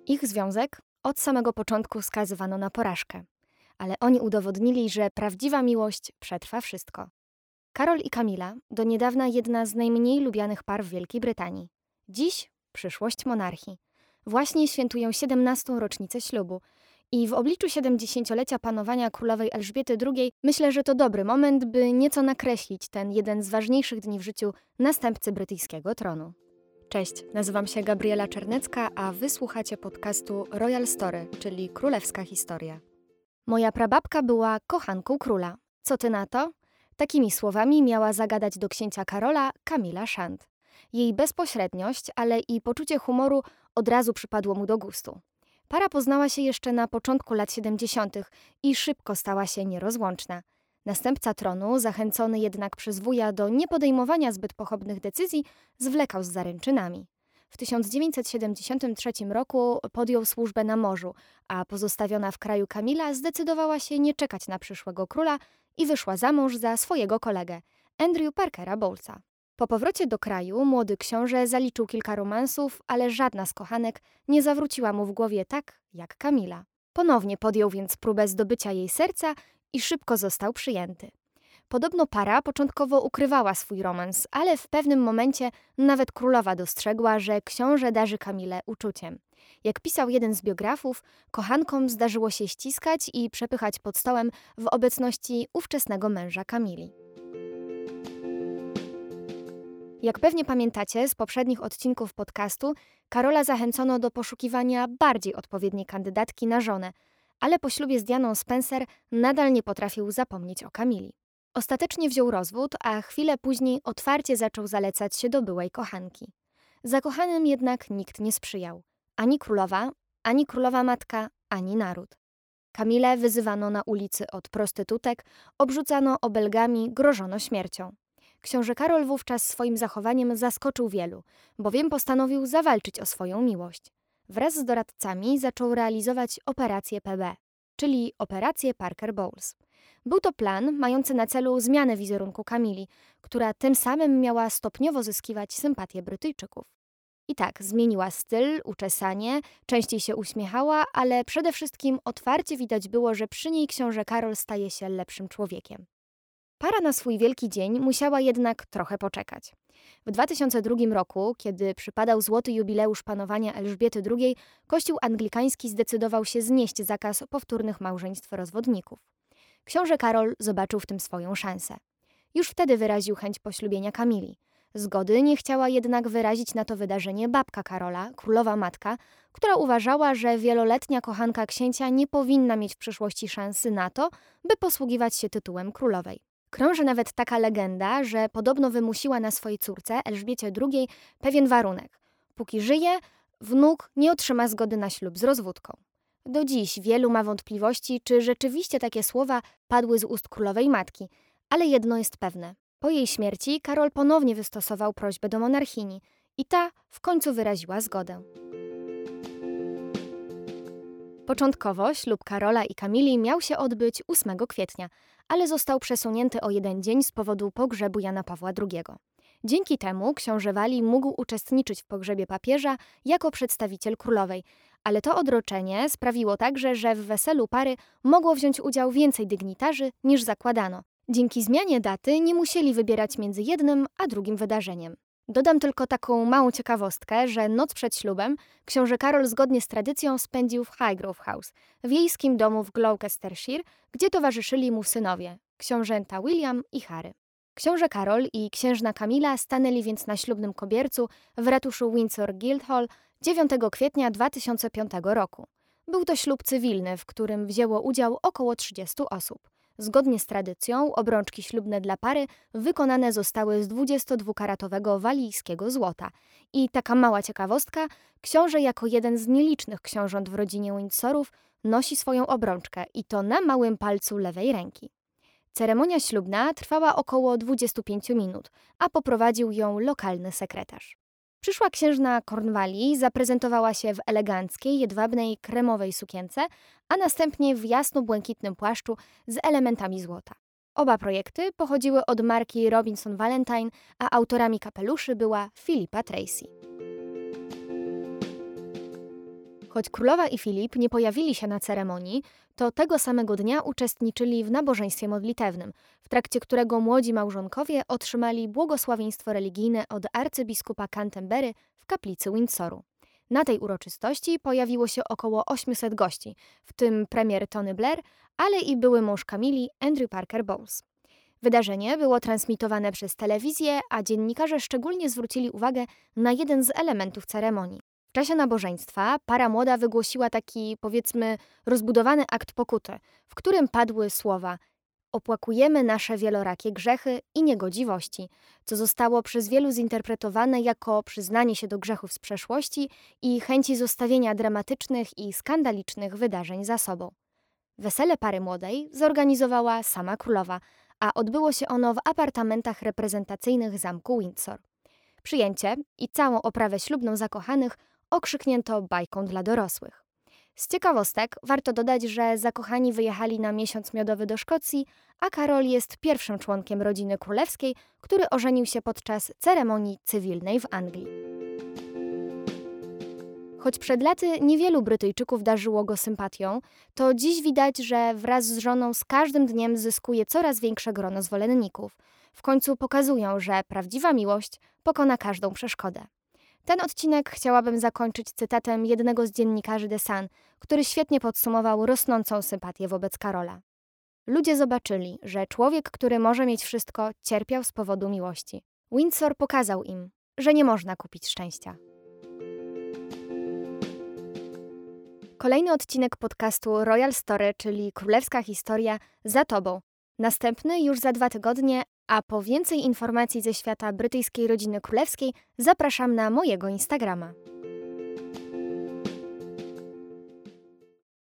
Ich związek od samego początku skazywano na porażkę, ale oni udowodnili, że prawdziwa miłość przetrwa wszystko. Karol i Kamila, do niedawna jedna z najmniej lubianych par w Wielkiej Brytanii. Dziś przyszłość monarchii. Właśnie świętują 17. rocznicę ślubu i w obliczu 70-lecia panowania królowej Elżbiety II myślę, że to dobry moment, by nieco nakreślić ten jeden z ważniejszych dni w życiu następcy brytyjskiego tronu. Cześć, nazywam się Gabriela Czernecka, a wysłuchacie podcastu Royal Story, czyli Królewska Historia. Moja prababka była kochanką króla. Co ty na to? Takimi słowami miała zagadać do księcia Karola Kamila Shand. Jej bezpośredniość, ale i poczucie humoru od razu przypadło mu do gustu. Para poznała się jeszcze na początku lat 70. i szybko stała się nierozłączna. Następca tronu, zachęcony jednak przez wuja do niepodejmowania zbyt pochopnych decyzji, zwlekał z zaręczynami. W 1973 roku podjął służbę na morzu, a pozostawiona w kraju Kamila zdecydowała się nie czekać na przyszłego króla i wyszła za mąż za swojego kolegę, Andrew Parkera Bowlesa. Po powrocie do kraju młody książę zaliczył kilka romansów, ale żadna z kochanek nie zawróciła mu w głowie tak jak Kamila. Ponownie podjął więc próbę zdobycia jej serca i szybko został przyjęty. Podobno para początkowo ukrywała swój romans, ale w pewnym momencie nawet królowa dostrzegła, że książę darzy Kamilę uczuciem. Jak pisał jeden z biografów, kochankom zdarzyło się ściskać i przepychać pod stołem w obecności ówczesnego męża Kamili. Jak pewnie pamiętacie z poprzednich odcinków podcastu, Karola zachęcono do poszukiwania bardziej odpowiedniej kandydatki na żonę, ale po ślubie z Dianą Spencer nadal nie potrafił zapomnieć o Kamili. Ostatecznie wziął rozwód, a chwilę później otwarcie zaczął zalecać się do byłej kochanki. Zakochanym jednak nikt nie sprzyjał. Ani królowa matka, ani naród. Kamilę wyzywano na ulicy od prostytutek, obrzucano obelgami, grożono śmiercią. Książę Karol wówczas swoim zachowaniem zaskoczył wielu, bowiem postanowił zawalczyć o swoją miłość. Wraz z doradcami zaczął realizować operację PB, czyli operację Parker Bowles. Był to plan mający na celu zmianę wizerunku Kamili, która tym samym miała stopniowo zyskiwać sympatię Brytyjczyków. I tak, zmieniła styl, uczesanie, częściej się uśmiechała, ale przede wszystkim otwarcie widać było, że przy niej książę Karol staje się lepszym człowiekiem. Para na swój wielki dzień musiała jednak trochę poczekać. W 2002 roku, kiedy przypadał złoty jubileusz panowania Elżbiety II, Kościół anglikański zdecydował się znieść zakaz powtórnych małżeństw rozwodników. Książę Karol zobaczył w tym swoją szansę. Już wtedy wyraził chęć poślubienia Kamili. Zgody nie chciała jednak wyrazić na to wydarzenie babka Karola, królowa matka, która uważała, że wieloletnia kochanka księcia nie powinna mieć w przyszłości szansy na to, by posługiwać się tytułem królowej. Krąży nawet taka legenda, że podobno wymusiła na swojej córce, Elżbiecie II, pewien warunek. Póki żyje, wnuk nie otrzyma zgody na ślub z rozwódką. Do dziś wielu ma wątpliwości, czy rzeczywiście takie słowa padły z ust królowej matki, ale jedno jest pewne. Po jej śmierci Karol ponownie wystosował prośbę do monarchini i ta w końcu wyraziła zgodę. Początkowo ślub Karola i Kamili miał się odbyć 8 kwietnia, ale został przesunięty o jeden dzień z powodu pogrzebu Jana Pawła II. Dzięki temu książę Walii mógł uczestniczyć w pogrzebie papieża jako przedstawiciel królowej, ale to odroczenie sprawiło także, że w weselu pary mogło wziąć udział więcej dygnitarzy niż zakładano. Dzięki zmianie daty nie musieli wybierać między jednym a drugim wydarzeniem. Dodam tylko taką małą ciekawostkę, że noc przed ślubem książę Karol zgodnie z tradycją spędził w Highgrove House, wiejskim domu w Gloucestershire, gdzie towarzyszyli mu synowie, książęta William i Harry. Książę Karol i księżna Kamila stanęli więc na ślubnym kobiercu w ratuszu Windsor Guildhall 9 kwietnia 2005 roku. Był to ślub cywilny, w którym wzięło udział około 30 osób. Zgodnie z tradycją obrączki ślubne dla pary wykonane zostały z 22-karatowego walijskiego złota. I taka mała ciekawostka, książę jako jeden z nielicznych książąt w rodzinie Windsorów nosi swoją obrączkę i to na małym palcu lewej ręki. Ceremonia ślubna trwała około 25 minut, a poprowadził ją lokalny sekretarz. Przyszła księżna Cornwalii zaprezentowała się w eleganckiej, jedwabnej, kremowej sukience, a następnie w jasno-błękitnym płaszczu z elementami złota. Oba projekty pochodziły od marki Robinson Valentine, a autorami kapeluszy była Philippa Tracy. Choć królowa i Filip nie pojawili się na ceremonii, to tego samego dnia uczestniczyli w nabożeństwie modlitewnym, w trakcie którego młodzi małżonkowie otrzymali błogosławieństwo religijne od arcybiskupa Canterbury w kaplicy Windsoru. Na tej uroczystości pojawiło się około 800 gości, w tym premier Tony Blair, ale i były mąż Camilli, Andrew Parker Bowles. Wydarzenie było transmitowane przez telewizję, a dziennikarze szczególnie zwrócili uwagę na jeden z elementów ceremonii. W czasie nabożeństwa para młoda wygłosiła taki, powiedzmy, rozbudowany akt pokuty, w którym padły słowa: opłakujemy nasze wielorakie grzechy i niegodziwości, co zostało przez wielu zinterpretowane jako przyznanie się do grzechów z przeszłości i chęci zostawienia dramatycznych i skandalicznych wydarzeń za sobą. Wesele pary młodej zorganizowała sama królowa, a odbyło się ono w apartamentach reprezentacyjnych zamku Windsor. Przyjęcie i całą oprawę ślubną zakochanych okrzyknięto bajką dla dorosłych. Z ciekawostek warto dodać, że zakochani wyjechali na miesiąc miodowy do Szkocji, a Karol jest pierwszym członkiem rodziny królewskiej, który ożenił się podczas ceremonii cywilnej w Anglii. Choć przed laty niewielu Brytyjczyków darzyło go sympatią, to dziś widać, że wraz z żoną z każdym dniem zyskuje coraz większe grono zwolenników. W końcu pokazują, że prawdziwa miłość pokona każdą przeszkodę. Ten odcinek chciałabym zakończyć cytatem jednego z dziennikarzy The Sun, który świetnie podsumował rosnącą sympatię wobec Karola. Ludzie zobaczyli, że człowiek, który może mieć wszystko, cierpiał z powodu miłości. Windsor pokazał im, że nie można kupić szczęścia. Kolejny odcinek podcastu Royal Story, czyli Królewska Historia, za Tobą. Następny już za 2 tygodnie, a po więcej informacji ze świata brytyjskiej rodziny królewskiej zapraszam na mojego Instagrama.